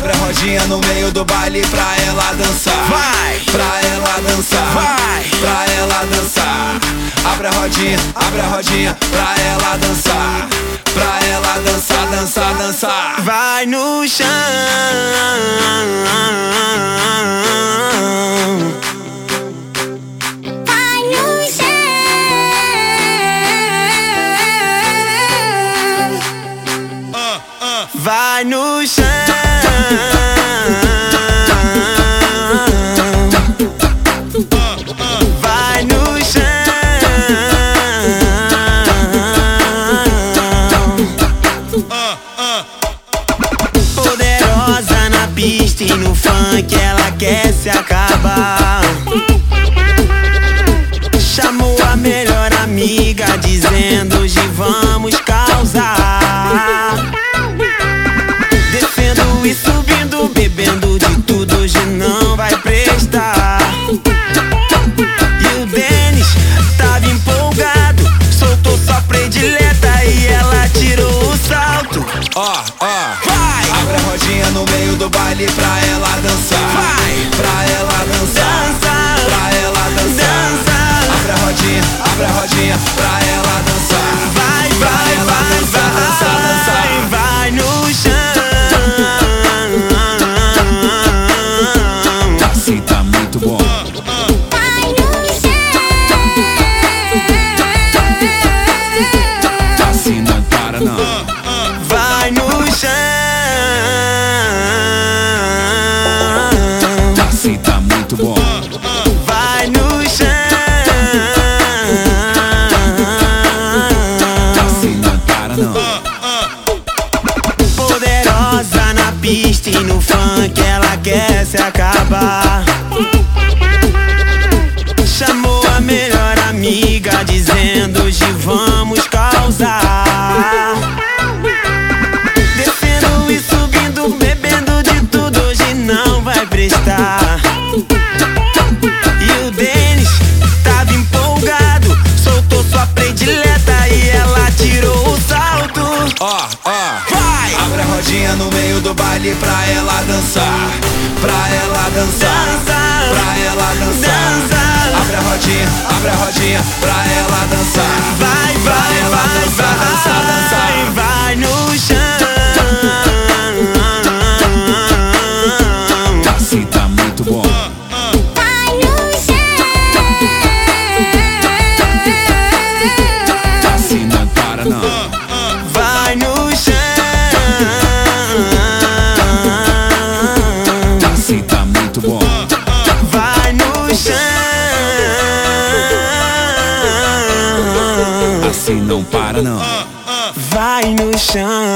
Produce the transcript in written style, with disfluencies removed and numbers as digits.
Abre a rodinha no meio do baile pra ela dançar. Vai! Pra ela dançar. Vai! Pra ela dançar. Abre a rodinha pra ela dançar. Pra ela dançar, dançar, dançar. Vai no chão. Vai no chão. Vai no chão. Vai no chão. Poderosa na pista e no funk ela quer se acabar. Chamou a melhor amiga dizendo hoje vamos causar. Descendo e subindo, bebendo de tudo, hoje não vai prestar. E o Denis tava empolgado, soltou sua predileta e ela tirou o salto. Ó, ó, Vai! abre a rodinha no meio do baile pra ela dançar. Vai! Pra ela dançar. Dança! Pra ela dançar. Dança! Abre a rodinha pra ela dançar. Vai, vai, ela vai, dançar, vai, dançar, dançar. vai no chão. Assim tá muito bom. Vai no chão. Assim não para não. Vai no chão. Assim tá muito bom. Vai no chão. Assim não para não. Poderosa na pista e no funk ela quer se acabar. Chamou a melhor amiga dizendo hoje vamos causar. Descendo e subindo, bebendo de tudo, hoje não vai prestar. E o Denis tava empolgado, soltou sua predileta e ela tirou o salto. Ó, ó, Vai! abre a rodinha no meio do baile pra ela dançar. Pra ela dançar. Dança! Pra ela dançar. Dança! Abre a rodinha pra ela dançar. Vai, vai, ela vai, dançar, dançar, dançar. vai no chão. Assim tá muito bom. Vai no chão. Assim não para não. Vai no chão. Assim tá muito bom. Vai no chão. Assim não para não. Vai no chão.